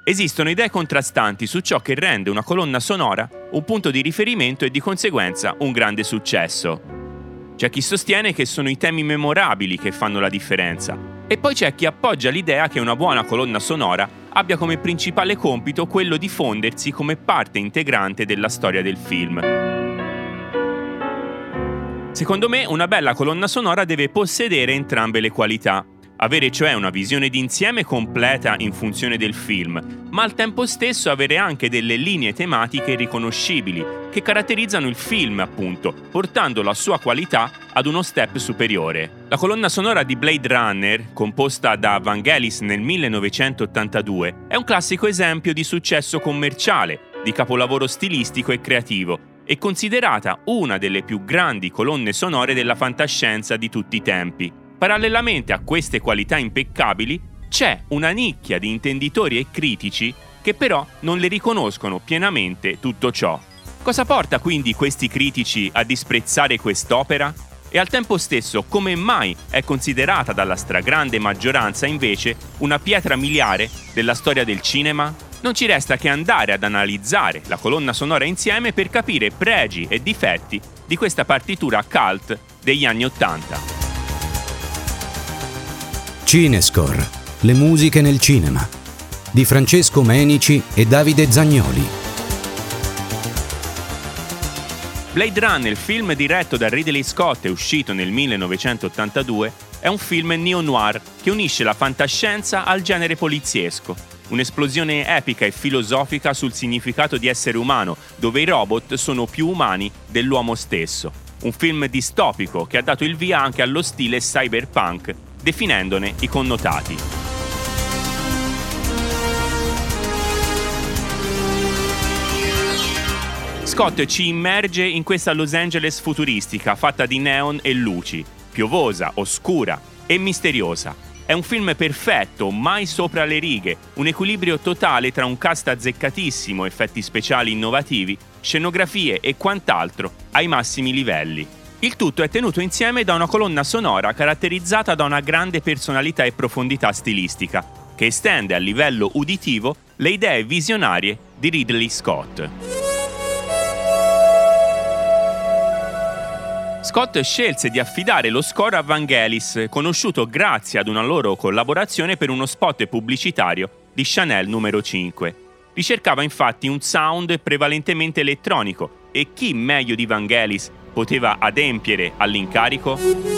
Esistono idee contrastanti su ciò che rende una colonna sonora un punto di riferimento e di conseguenza un grande successo. C'è chi sostiene che sono i temi memorabili che fanno la differenza, e poi c'è chi appoggia l'idea che una buona colonna sonora abbia come principale compito quello di fondersi come parte integrante della storia del film. Secondo me, una bella colonna sonora deve possedere entrambe le qualità. Avere cioè una visione d'insieme completa in funzione del film, ma al tempo stesso avere anche delle linee tematiche riconoscibili che caratterizzano il film, appunto, portando la sua qualità ad uno step superiore. La colonna sonora di Blade Runner, composta da Vangelis nel 1982, è un classico esempio di successo commerciale, di capolavoro stilistico e creativo, e considerata una delle più grandi colonne sonore della fantascienza di tutti i tempi. Parallelamente a queste qualità impeccabili, c'è una nicchia di intenditori e critici che però non le riconoscono pienamente tutto ciò. Cosa porta quindi questi critici a disprezzare quest'opera? E al tempo stesso, come mai è considerata dalla stragrande maggioranza invece una pietra miliare della storia del cinema? Non ci resta che andare ad analizzare la colonna sonora insieme per capire pregi e difetti di questa partitura cult degli anni '80. Cinescore, le musiche nel cinema, di Francesco Menici e Davide Zagnoli. Blade Runner, il film diretto da Ridley Scott e uscito nel 1982, è un film neo-noir che unisce la fantascienza al genere poliziesco. Un'esplosione epica e filosofica sul significato di essere umano, dove i robot sono più umani dell'uomo stesso. Un film distopico che ha dato il via anche allo stile cyberpunk, definendone i connotati. Scott ci immerge in questa Los Angeles futuristica fatta di neon e luci, piovosa, oscura e misteriosa. È un film perfetto, mai sopra le righe, un equilibrio totale tra un cast azzeccatissimo, effetti speciali innovativi, scenografie e quant'altro ai massimi livelli. Il tutto è tenuto insieme da una colonna sonora caratterizzata da una grande personalità e profondità stilistica, che estende a livello uditivo le idee visionarie di Ridley Scott. Scott scelse di affidare lo score a Vangelis, conosciuto grazie ad una loro collaborazione per uno spot pubblicitario di Chanel numero 5. Ricercava infatti un sound prevalentemente elettronico e chi meglio di Vangelis poteva adempiere all'incarico?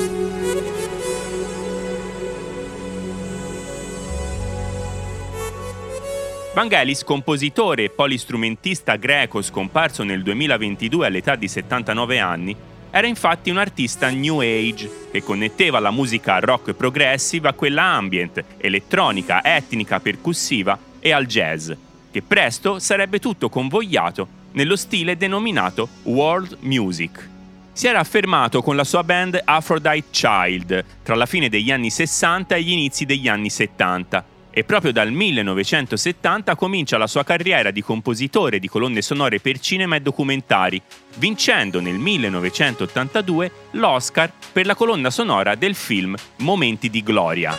Vangelis, compositore e polistrumentista greco scomparso nel 2022 all'età di 79 anni, era infatti un artista New Age che connetteva la musica rock progressive a quella ambient, elettronica, etnica, percussiva e al jazz, che presto sarebbe tutto convogliato nello stile denominato world music. Si era affermato con la sua band Aphrodite Child tra la fine degli anni 60 e gli inizi degli anni 70 e proprio dal 1970 comincia la sua carriera di compositore di colonne sonore per cinema e documentari, vincendo nel 1982 l'Oscar per la colonna sonora del film Momenti di Gloria.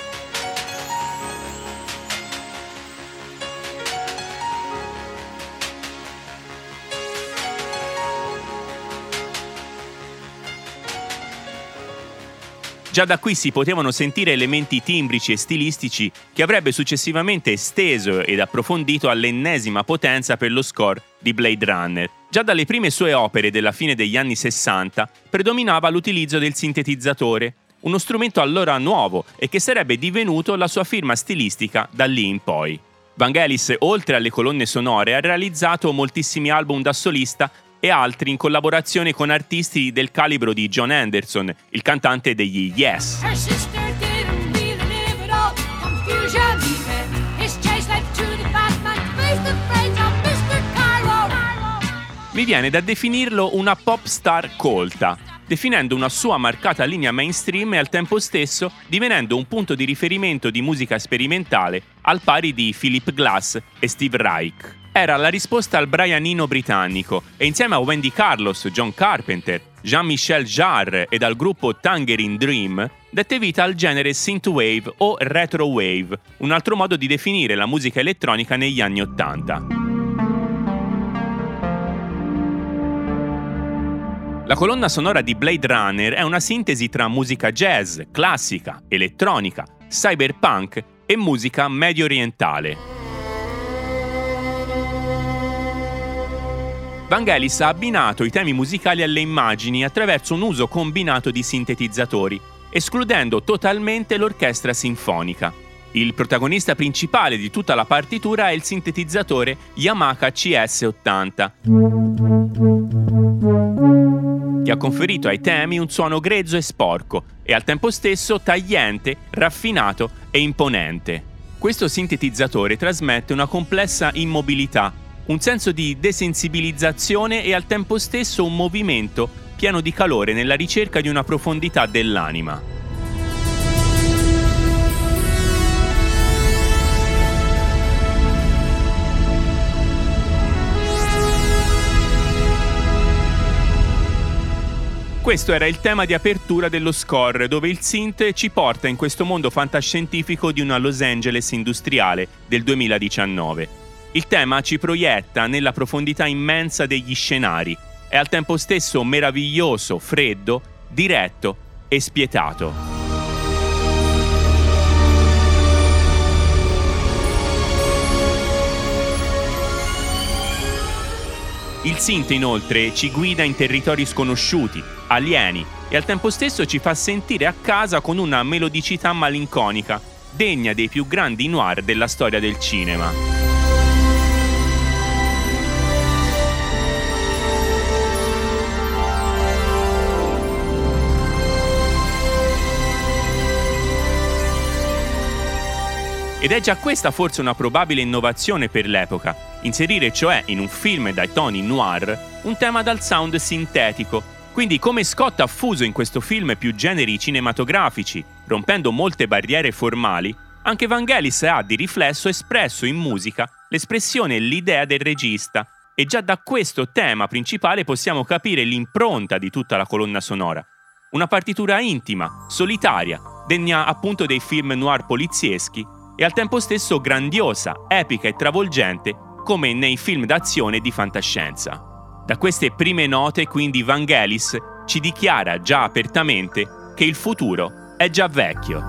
Già da qui si potevano sentire elementi timbrici e stilistici che avrebbe successivamente esteso ed approfondito all'ennesima potenza per lo score di Blade Runner. Già dalle prime sue opere della fine degli anni 60 predominava l'utilizzo del sintetizzatore, uno strumento allora nuovo e che sarebbe divenuto la sua firma stilistica da lì in poi. Vangelis, oltre alle colonne sonore, ha realizzato moltissimi album da solista e altri in collaborazione con artisti del calibro di John Anderson, il cantante degli Yes. Mi viene da definirlo una pop star colta, definendo una sua marcata linea mainstream e al tempo stesso divenendo un punto di riferimento di musica sperimentale al pari di Philip Glass e Steve Reich. Era la risposta al Brianino britannico e insieme a Wendy Carlos, John Carpenter, Jean-Michel Jarre ed al gruppo Tangerine Dream dette vita al genere synthwave o retrowave, un altro modo di definire la musica elettronica negli anni '80. La colonna sonora di Blade Runner è una sintesi tra musica jazz, classica, elettronica, cyberpunk e musica medio orientale. Vangelis ha abbinato i temi musicali alle immagini attraverso un uso combinato di sintetizzatori, escludendo totalmente l'orchestra sinfonica. Il protagonista principale di tutta la partitura è il sintetizzatore Yamaha CS80, che ha conferito ai temi un suono grezzo e sporco e al tempo stesso tagliente, raffinato e imponente. Questo sintetizzatore trasmette una complessa immobilità, un senso di desensibilizzazione e al tempo stesso un movimento pieno di calore nella ricerca di una profondità dell'anima. Questo era il tema di apertura dello score, dove il synth ci porta in questo mondo fantascientifico di una Los Angeles industriale del 2019. Il tema ci proietta nella profondità immensa degli scenari, è al tempo stesso meraviglioso, freddo, diretto e spietato. Il synth inoltre ci guida in territori sconosciuti, alieni e al tempo stesso ci fa sentire a casa con una melodicità malinconica, degna dei più grandi noir della storia del cinema. Ed è già questa forse una probabile innovazione per l'epoca, inserire cioè in un film dai toni noir un tema dal sound sintetico. Quindi come Scott ha fuso in questo film più generi cinematografici, rompendo molte barriere formali, anche Vangelis ha di riflesso espresso in musica l'espressione e l'idea del regista, e già da questo tema principale possiamo capire l'impronta di tutta la colonna sonora. Una partitura intima, solitaria, degna appunto dei film noir polizieschi, e al tempo stesso grandiosa, epica e travolgente come nei film d'azione e di fantascienza. Da queste prime note quindi Vangelis ci dichiara già apertamente che il futuro è già vecchio.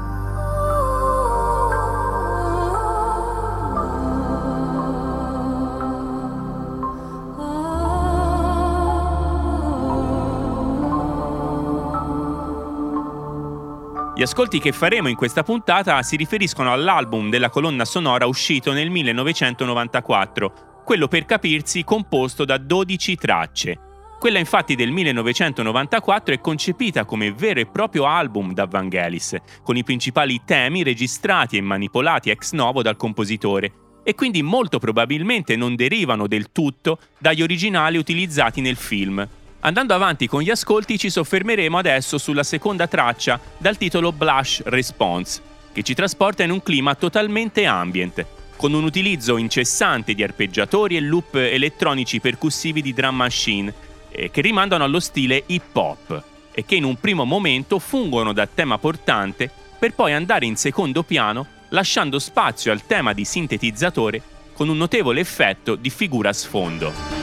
Gli ascolti che faremo in questa puntata si riferiscono all'album della colonna sonora uscito nel 1994, quello per capirsi composto da 12 tracce. Quella infatti del 1994 è concepita come vero e proprio album da Vangelis, con i principali temi registrati e manipolati ex novo dal compositore, e quindi molto probabilmente non derivano del tutto dagli originali utilizzati nel film. Andando avanti con gli ascolti ci soffermeremo adesso sulla seconda traccia dal titolo Blush Response, che ci trasporta in un clima totalmente ambient, con un utilizzo incessante di arpeggiatori e loop elettronici percussivi di drum machine, che rimandano allo stile hip hop e che in un primo momento fungono da tema portante per poi andare in secondo piano, lasciando spazio al tema di sintetizzatore con un notevole effetto di figura a sfondo.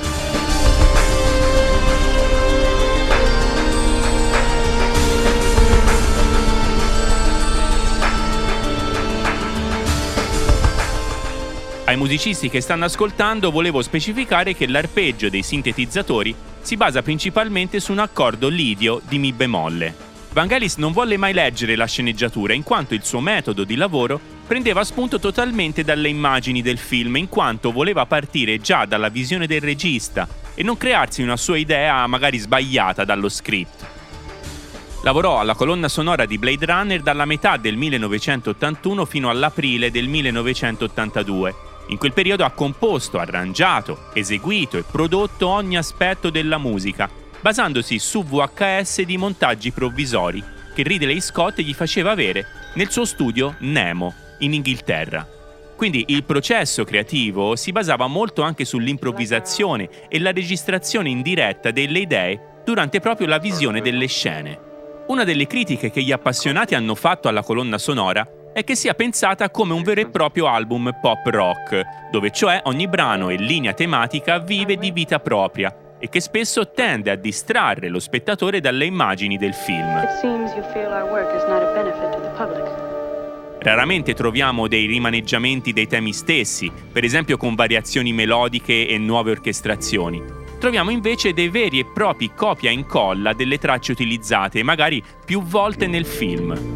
Ai musicisti che stanno ascoltando volevo specificare che l'arpeggio dei sintetizzatori si basa principalmente su un accordo lidio di Mi bemolle. Vangelis non volle mai leggere la sceneggiatura in quanto il suo metodo di lavoro prendeva spunto totalmente dalle immagini del film, in quanto voleva partire già dalla visione del regista e non crearsi una sua idea magari sbagliata dallo script. Lavorò alla colonna sonora di Blade Runner dalla metà del 1981 fino all'aprile del 1982. In quel periodo ha composto, arrangiato, eseguito e prodotto ogni aspetto della musica, basandosi su VHS di montaggi provvisori che Ridley Scott gli faceva avere nel suo studio Nemo, in Inghilterra. Quindi il processo creativo si basava molto anche sull'improvvisazione e la registrazione in diretta delle idee durante proprio la visione delle scene. Una delle critiche che gli appassionati hanno fatto alla colonna sonora è che sia pensata come un vero e proprio album pop rock, dove cioè ogni brano e linea tematica vive di vita propria e che spesso tende a distrarre lo spettatore dalle immagini del film. Raramente troviamo dei rimaneggiamenti dei temi stessi, per esempio con variazioni melodiche e nuove orchestrazioni. Troviamo invece dei veri e propri copia e incolla delle tracce utilizzate, magari più volte nel film.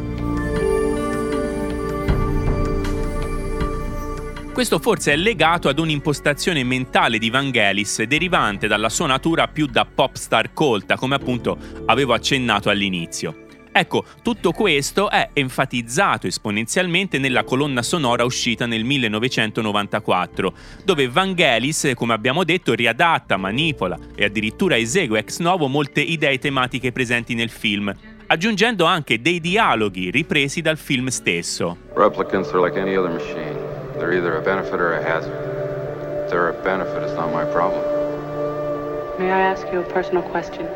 Questo forse è legato ad un'impostazione mentale di Vangelis derivante dalla sua natura più da pop star colta, come appunto avevo accennato all'inizio. Ecco, tutto questo è enfatizzato esponenzialmente nella colonna sonora uscita nel 1994, dove Vangelis, come abbiamo detto, riadatta, manipola e addirittura esegue ex novo molte idee tematiche presenti nel film, aggiungendo anche dei dialoghi ripresi dal film stesso. Replicants are like any other machine. They're either a benefit or a hazard. If they're a benefit, it's not my problem. May I ask you a personal question?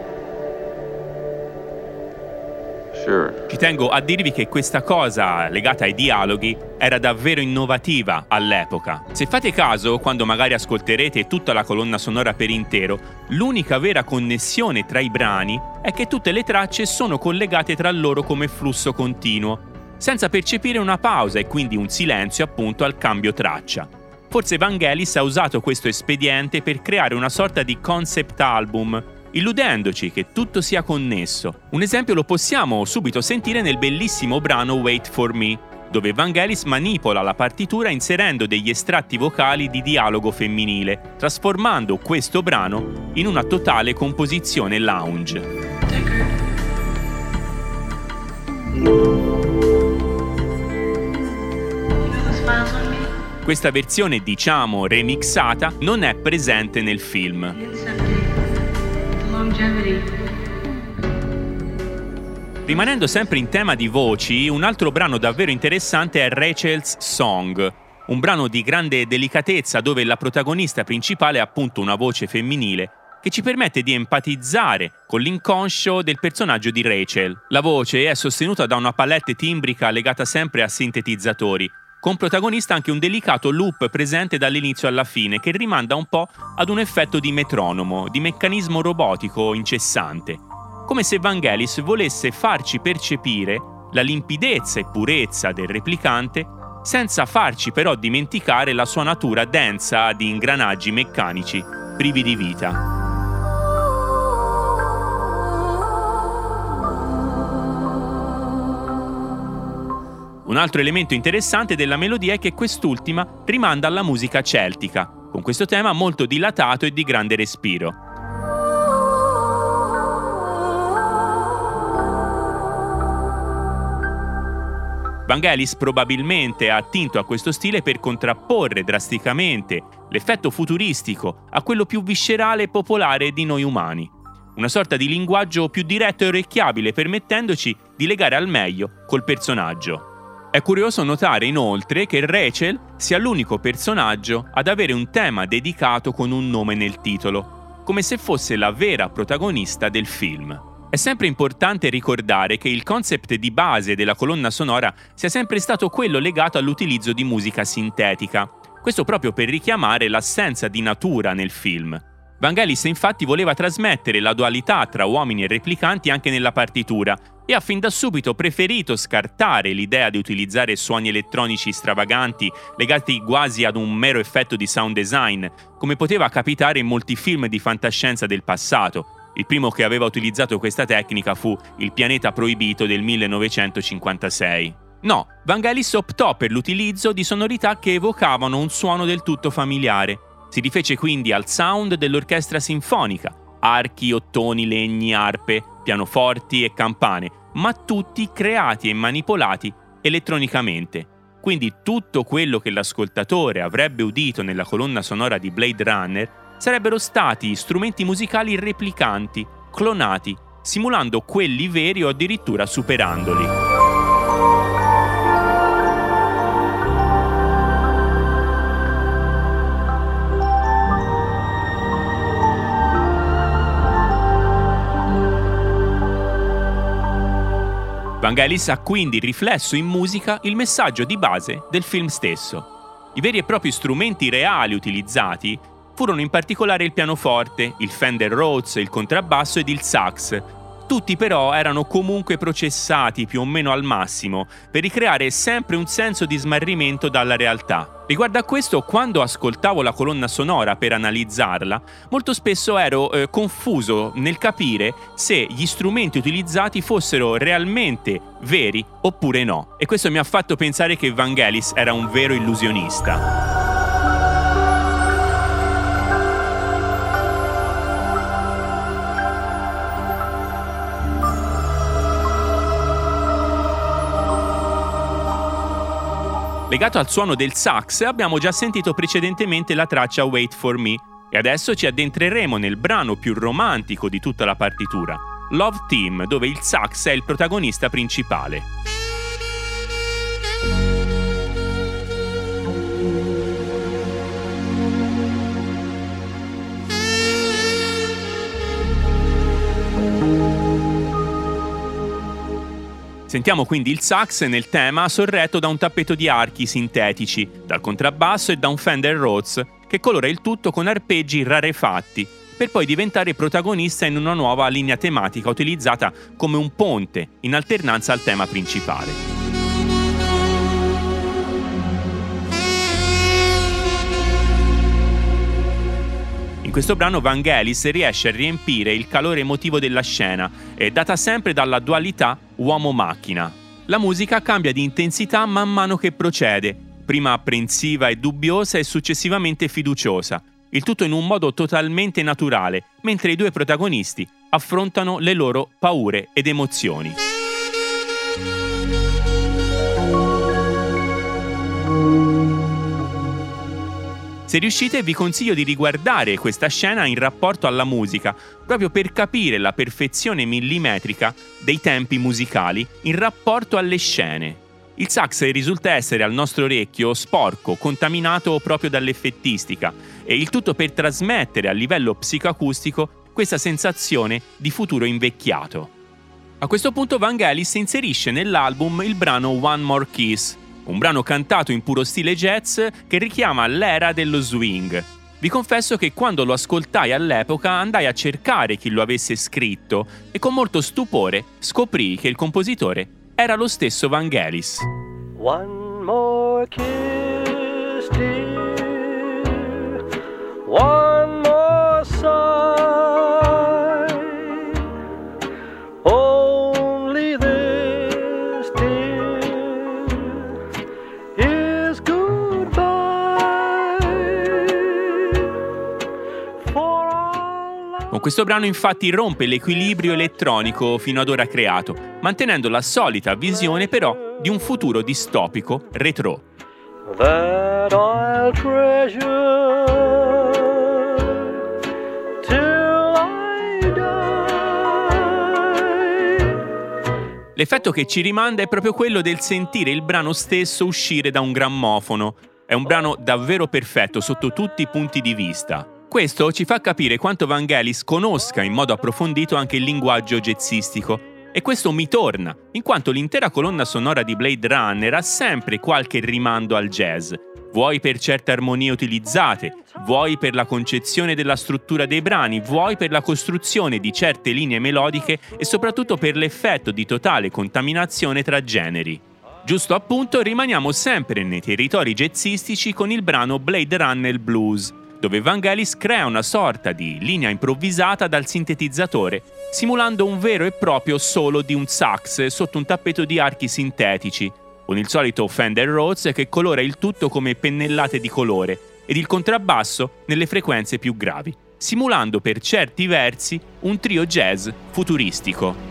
Sure. Ci tengo a dirvi che questa cosa legata ai dialoghi era davvero innovativa all'epoca. Se fate caso, quando magari ascolterete tutta la colonna sonora per intero, l'unica vera connessione tra i brani è che tutte le tracce sono collegate tra loro come flusso continuo, senza percepire una pausa e quindi un silenzio appunto al cambio traccia. Forse Vangelis ha usato questo espediente per creare una sorta di concept album, illudendoci che tutto sia connesso. Un esempio lo possiamo subito sentire nel bellissimo brano Wait for Me, dove Vangelis manipola la partitura inserendo degli estratti vocali di dialogo femminile, trasformando questo brano in una totale composizione lounge. Questa versione, diciamo, remixata non è presente nel film. Rimanendo sempre in tema di voci, un altro brano davvero interessante è Rachel's Song, un brano di grande delicatezza dove la protagonista principale è appunto una voce femminile che ci permette di empatizzare con l'inconscio del personaggio di Rachel. La voce è sostenuta da una palette timbrica legata sempre a sintetizzatori, con protagonista anche un delicato loop presente dall'inizio alla fine che rimanda un po' ad un effetto di metronomo, di meccanismo robotico incessante, come se Vangelis volesse farci percepire la limpidezza e purezza del replicante senza farci però dimenticare la sua natura densa di ingranaggi meccanici privi di vita. Un altro elemento interessante della melodia è che quest'ultima rimanda alla musica celtica, con questo tema molto dilatato e di grande respiro. Vangelis probabilmente ha attinto a questo stile per contrapporre drasticamente l'effetto futuristico a quello più viscerale e popolare di noi umani. Una sorta di linguaggio più diretto e orecchiabile, permettendoci di legare al meglio col personaggio. È curioso notare inoltre che Rachel sia l'unico personaggio ad avere un tema dedicato con un nome nel titolo, come se fosse la vera protagonista del film. È sempre importante ricordare che il concept di base della colonna sonora sia sempre stato quello legato all'utilizzo di musica sintetica, questo proprio per richiamare l'assenza di natura nel film. Vangelis infatti voleva trasmettere la dualità tra uomini e replicanti anche nella partitura e ha fin da subito preferito scartare l'idea di utilizzare suoni elettronici stravaganti legati quasi ad un mero effetto di sound design, come poteva capitare in molti film di fantascienza del passato. Il primo che aveva utilizzato questa tecnica fu Il pianeta proibito del 1956. No, Vangelis optò per l'utilizzo di sonorità che evocavano un suono del tutto familiare. Si rifece quindi al sound dell'orchestra sinfonica, archi, ottoni, legni, arpe, pianoforti e campane, ma tutti creati e manipolati elettronicamente. Quindi tutto quello che l'ascoltatore avrebbe udito nella colonna sonora di Blade Runner sarebbero stati strumenti musicali replicanti, clonati, simulando quelli veri o addirittura superandoli. Vangelis ha quindi riflesso in musica il messaggio di base del film stesso. I veri e propri strumenti reali utilizzati furono in particolare il pianoforte, il Fender Rhodes, il contrabbasso ed il sax. Tutti però erano comunque processati più o meno al massimo per ricreare sempre un senso di smarrimento dalla realtà. Riguardo a questo, quando ascoltavo la colonna sonora per analizzarla, molto spesso ero confuso nel capire se gli strumenti utilizzati fossero realmente veri oppure no. E questo mi ha fatto pensare che Vangelis era un vero illusionista. Legato al suono del sax abbiamo già sentito precedentemente la traccia Wait for Me e adesso ci addentreremo nel brano più romantico di tutta la partitura, Love Team, dove il sax è il protagonista principale. Sentiamo quindi il sax nel tema sorretto da un tappeto di archi sintetici, dal contrabbasso e da un Fender Rhodes che colora il tutto con arpeggi rarefatti, per poi diventare protagonista in una nuova linea tematica utilizzata come un ponte in alternanza al tema principale. In questo brano Vangelis riesce a riempire il calore emotivo della scena, data sempre dalla dualità uomo-macchina. La musica cambia di intensità man mano che procede, prima apprensiva e dubbiosa e successivamente fiduciosa, il tutto in un modo totalmente naturale, mentre i due protagonisti affrontano le loro paure ed emozioni. Se riuscite vi consiglio di riguardare questa scena in rapporto alla musica, proprio per capire la perfezione millimetrica dei tempi musicali in rapporto alle scene. Il sax risulta essere al nostro orecchio sporco, contaminato proprio dall'effettistica, e il tutto per trasmettere a livello psicoacustico questa sensazione di futuro invecchiato. A questo punto Vangelis inserisce nell'album il brano One More Kiss, un brano cantato in puro stile jazz che richiama l'era dello swing. Vi confesso che quando lo ascoltai all'epoca andai a cercare chi lo avesse scritto e con molto stupore scoprì che il compositore era lo stesso Vangelis. One more kiss, dear. One more sigh. Only this, dear, is goodbye. For all Con questo brano infatti rompe l'equilibrio elettronico fino ad ora creato, mantenendo la solita visione però di un futuro distopico retro. that I'll treasure till I die. L'effetto che ci rimanda è proprio quello del sentire il brano stesso uscire da un grammofono. È un brano davvero perfetto sotto tutti i punti di vista. Questo ci fa capire quanto Vangelis conosca in modo approfondito anche il linguaggio jazzistico. E questo mi torna, in quanto l'intera colonna sonora di Blade Runner ha sempre qualche rimando al jazz, vuoi per certe armonie utilizzate, vuoi per la concezione della struttura dei brani, vuoi per la costruzione di certe linee melodiche e soprattutto per l'effetto di totale contaminazione tra generi. Giusto appunto rimaniamo sempre nei territori jazzistici con il brano Blade Runner Blues, dove Vangelis crea una sorta di linea improvvisata dal sintetizzatore, simulando un vero e proprio solo di un sax sotto un tappeto di archi sintetici, con il solito Fender Rhodes che colora il tutto come pennellate di colore, ed il contrabbasso nelle frequenze più gravi, simulando per certi versi un trio jazz futuristico.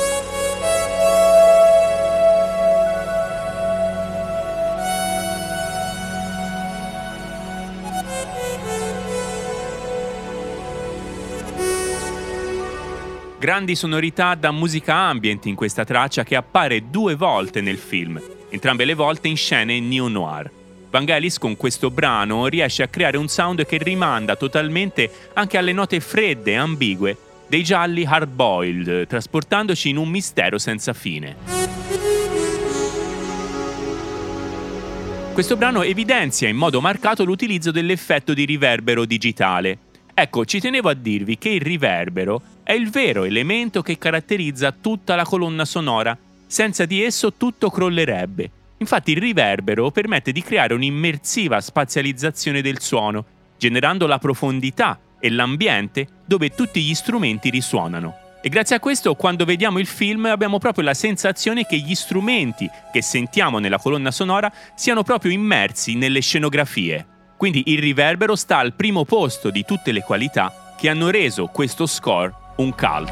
Grandi sonorità da musica ambient in questa traccia che appare 2 volte nel film, entrambe le volte in scene neo-noir. Vangelis con questo brano riesce a creare un sound che rimanda totalmente anche alle note fredde e ambigue dei gialli hard-boiled, trasportandoci in un mistero senza fine. Questo brano evidenzia in modo marcato l'utilizzo dell'effetto di riverbero digitale. Ecco, ci tenevo a dirvi che il riverbero è il vero elemento che caratterizza tutta la colonna sonora. Senza di esso tutto crollerebbe. Infatti il riverbero permette di creare un'immersiva spazializzazione del suono, generando la profondità e l'ambiente dove tutti gli strumenti risuonano. E grazie a questo, quando vediamo il film, abbiamo proprio la sensazione che gli strumenti che sentiamo nella colonna sonora siano proprio immersi nelle scenografie. Quindi il riverbero sta al primo posto di tutte le qualità che hanno reso questo score un cult.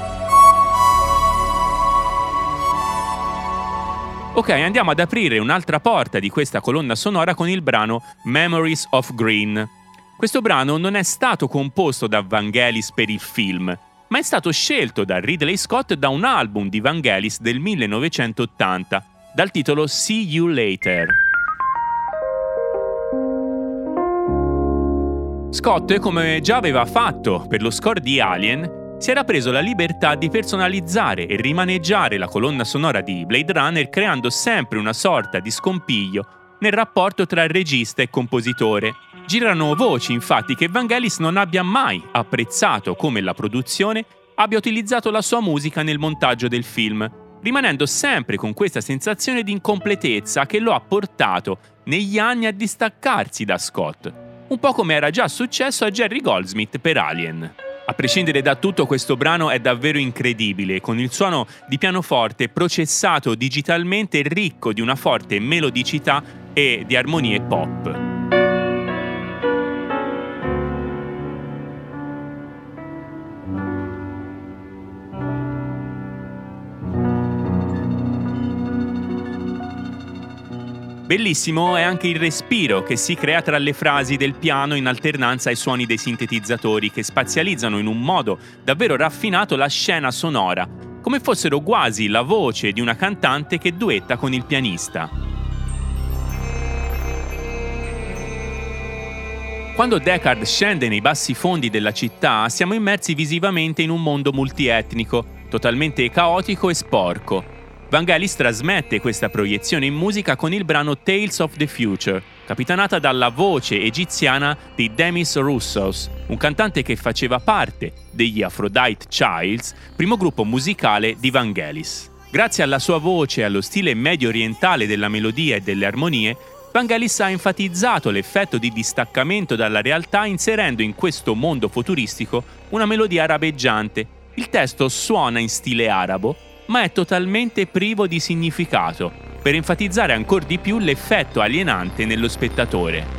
Ok, andiamo ad aprire un'altra porta di questa colonna sonora con il brano Memories of Green. Questo brano non è stato composto da Vangelis per il film, ma è stato scelto da Ridley Scott da un album di Vangelis del 1980, dal titolo See You Later. Scott, come già aveva fatto per lo score di Alien, si era preso la libertà di personalizzare e rimaneggiare la colonna sonora di Blade Runner, creando sempre una sorta di scompiglio nel rapporto tra regista e compositore. Girano voci, infatti, che Vangelis non abbia mai apprezzato come la produzione abbia utilizzato la sua musica nel montaggio del film, rimanendo sempre con questa sensazione di incompletezza che lo ha portato negli anni a distaccarsi da Scott, un po' come era già successo a Jerry Goldsmith per Alien. A prescindere da tutto, questo brano è davvero incredibile, con il suono di pianoforte processato digitalmente ricco di una forte melodicità e di armonie pop. Bellissimo è anche il respiro che si crea tra le frasi del piano in alternanza ai suoni dei sintetizzatori che spazializzano in un modo davvero raffinato la scena sonora, come fossero quasi la voce di una cantante che duetta con il pianista. Quando Deckard scende nei bassi fondi della città, siamo immersi visivamente in un mondo multietnico, totalmente caotico e sporco. Vangelis trasmette questa proiezione in musica con il brano Tales of the Future, capitanata dalla voce egiziana di Demis Roussos, un cantante che faceva parte degli Aphrodite Childs, primo gruppo musicale di Vangelis. Grazie alla sua voce e allo stile medio orientale della melodia e delle armonie, Vangelis ha enfatizzato l'effetto di distaccamento dalla realtà inserendo in questo mondo futuristico una melodia arabeggiante. Il testo suona in stile arabo, ma è totalmente privo di significato, per enfatizzare ancor di più l'effetto alienante nello spettatore.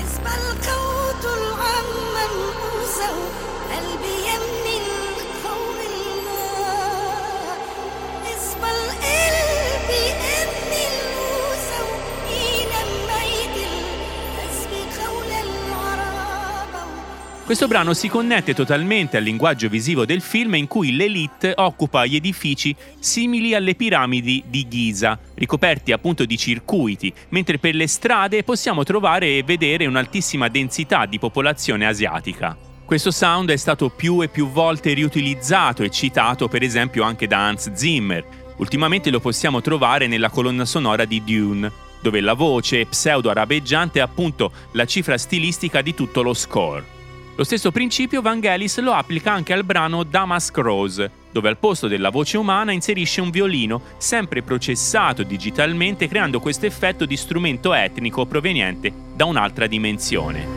Questo brano si connette totalmente al linguaggio visivo del film in cui l'élite occupa gli edifici simili alle piramidi di Giza, ricoperti appunto di circuiti, mentre per le strade possiamo trovare e vedere un'altissima densità di popolazione asiatica. Questo sound è stato più e più volte riutilizzato e citato per esempio anche da Hans Zimmer. Ultimamente lo possiamo trovare nella colonna sonora di Dune, dove la voce pseudo-arabeggiante è appunto la cifra stilistica di tutto lo score. Lo stesso principio Vangelis lo applica anche al brano Damask Rose, dove al posto della voce umana inserisce un violino, sempre processato digitalmente, creando questo effetto di strumento etnico proveniente da un'altra dimensione.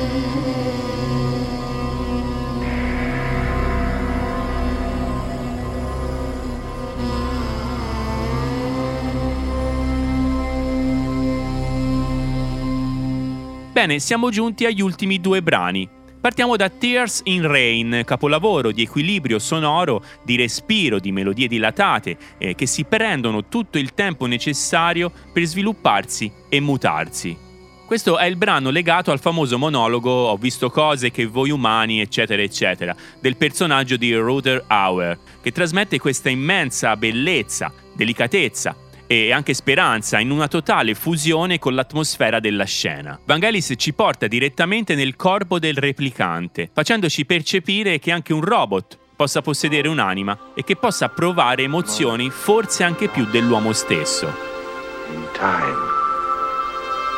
Bene, siamo giunti agli ultimi due brani. Partiamo da Tears in Rain, capolavoro di equilibrio sonoro, di respiro, di melodie dilatate, che si prendono tutto il tempo necessario per svilupparsi e mutarsi. Questo è il brano legato al famoso monologo "Ho visto cose che voi umani, eccetera, eccetera", del personaggio di Rutger Hauer, che trasmette questa immensa bellezza, delicatezza e anche speranza in una totale fusione con l'atmosfera della scena. Vangelis ci porta direttamente nel corpo del replicante, facendoci percepire che anche un robot possa possedere un'anima e che possa provare emozioni forse anche più dell'uomo stesso. In time,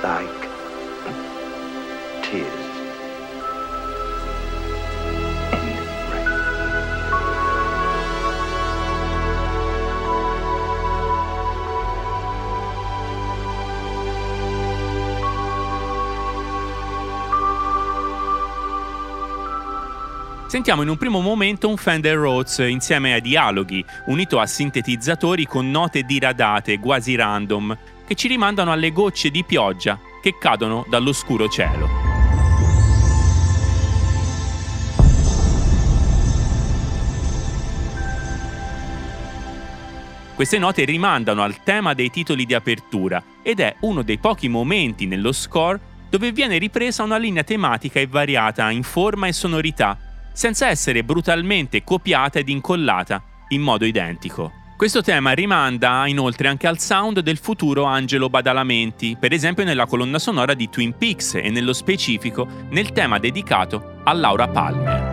like tears in rain. Sentiamo in un primo momento un Fender Rhodes insieme ai dialoghi, unito a sintetizzatori con note diradate, quasi random, che ci rimandano alle gocce di pioggia che cadono dall'oscuro cielo. Queste note rimandano al tema dei titoli di apertura ed è uno dei pochi momenti nello score dove viene ripresa una linea tematica e variata in forma e sonorità, senza essere brutalmente copiata ed incollata in modo identico. Questo tema rimanda inoltre anche al sound del futuro Angelo Badalamenti, per esempio nella colonna sonora di Twin Peaks e nello specifico nel tema dedicato a Laura Palmer.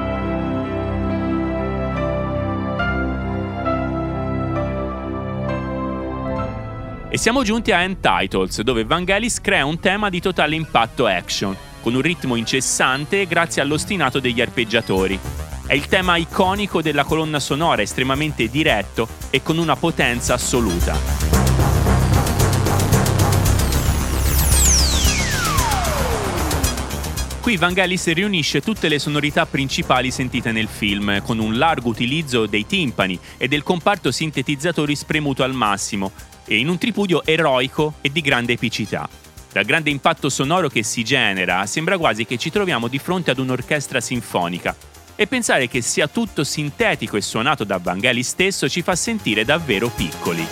E siamo giunti a End Titles, dove Vangelis crea un tema di totale impatto action, con un ritmo incessante grazie all'ostinato degli arpeggiatori. È il tema iconico della colonna sonora, estremamente diretto e con una potenza assoluta. Qui Vangelis riunisce tutte le sonorità principali sentite nel film, con un largo utilizzo dei timpani e del comparto sintetizzatori spremuto al massimo, e in un tripudio eroico e di grande epicità. Dal grande impatto sonoro che si genera, sembra quasi che ci troviamo di fronte ad un'orchestra sinfonica, e pensare che sia tutto sintetico e suonato da Vangelis stesso ci fa sentire davvero piccoli.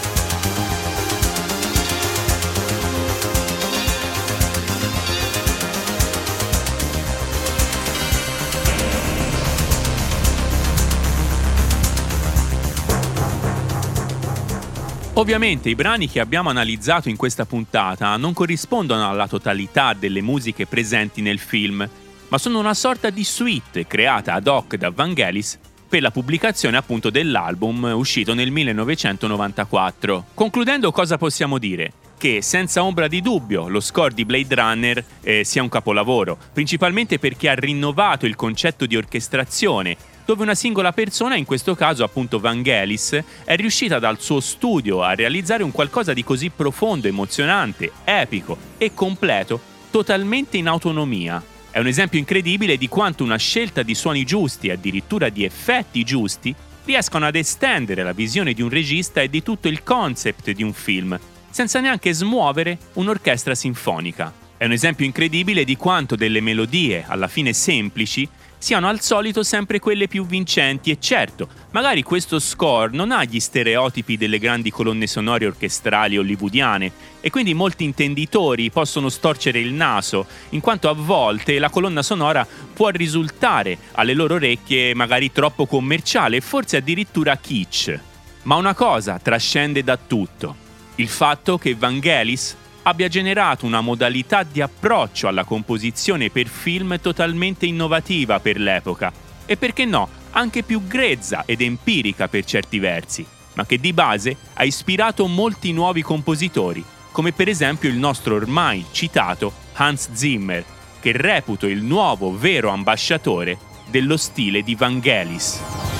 Ovviamente i brani che abbiamo analizzato in questa puntata non corrispondono alla totalità delle musiche presenti nel film, ma sono una sorta di suite creata ad hoc da Vangelis per la pubblicazione appunto dell'album uscito nel 1994. Concludendo, cosa possiamo dire? Che senza ombra di dubbio lo score di Blade Runner sia un capolavoro, principalmente perché ha rinnovato il concetto di orchestrazione, dove una singola persona, in questo caso appunto Vangelis, è riuscita dal suo studio a realizzare un qualcosa di così profondo, emozionante, epico e completo, totalmente in autonomia. È un esempio incredibile di quanto una scelta di suoni giusti e addirittura di effetti giusti riescano ad estendere la visione di un regista e di tutto il concept di un film, senza neanche smuovere un'orchestra sinfonica. È un esempio incredibile di quanto delle melodie, alla fine semplici, siano al solito sempre quelle più vincenti e certo, magari questo score non ha gli stereotipi delle grandi colonne sonore orchestrali hollywoodiane e quindi molti intenditori possono storcere il naso, in quanto a volte la colonna sonora può risultare alle loro orecchie magari troppo commerciale e forse addirittura kitsch. Ma una cosa trascende da tutto: il fatto che Vangelis abbia generato una modalità di approccio alla composizione per film totalmente innovativa per l'epoca e, perché no, anche più grezza ed empirica per certi versi, ma che di base ha ispirato molti nuovi compositori, come per esempio il nostro ormai citato Hans Zimmer, che reputo il nuovo vero ambasciatore dello stile di Vangelis.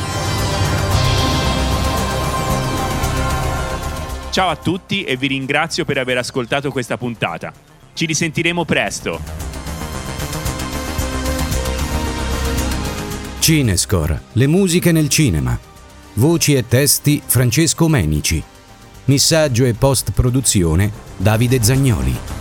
Ciao a tutti e vi ringrazio per aver ascoltato questa puntata. Ci risentiremo presto. Cinescore, le musiche nel cinema. Voci e testi Francesco Menici. Missaggio e post-produzione Davide Zagnoli.